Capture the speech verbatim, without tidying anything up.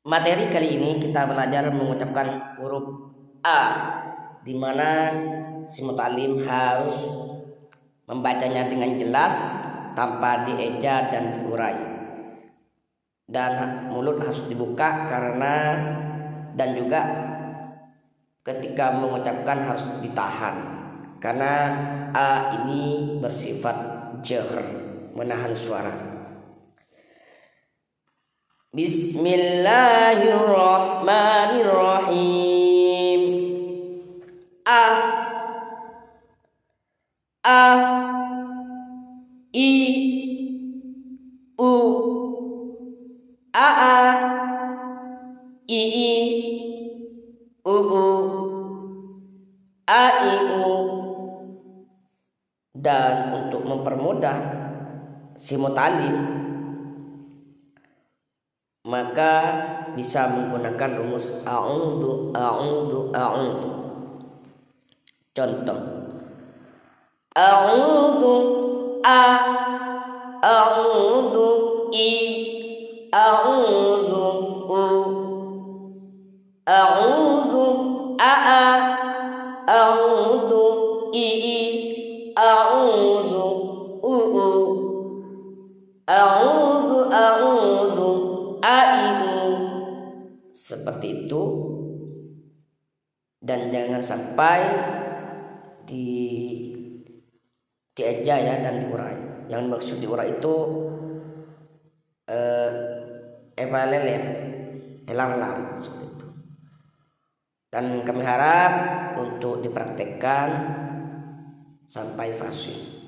Materi kali ini kita belajar mengucapkan huruf A, di mana si mutalim harus membacanya dengan jelas tanpa dieja dan diurai, dan mulut harus dibuka karena dan juga ketika mengucapkan harus ditahan karena A ini bersifat jahr, menahan suara. Bismillahirrahmanirrahim. A A I U A A I I U U A I U. Dan untuk mempermudah si mutalim, maka bisa menggunakan rumus a'udzu a'udzu a'udzu. Contoh, a'udzu a a'udzu i a'udzu u a'udzu a a a'udzu i i a'udzu u u a'udzu a'udzu aiu. Seperti itu, dan jangan sampai di dieja ya dan diurai. Yang maksud diurai itu eh, evalel ya, elang-elang seperti itu. Dan kami harap untuk dipraktekkan sampai fasih.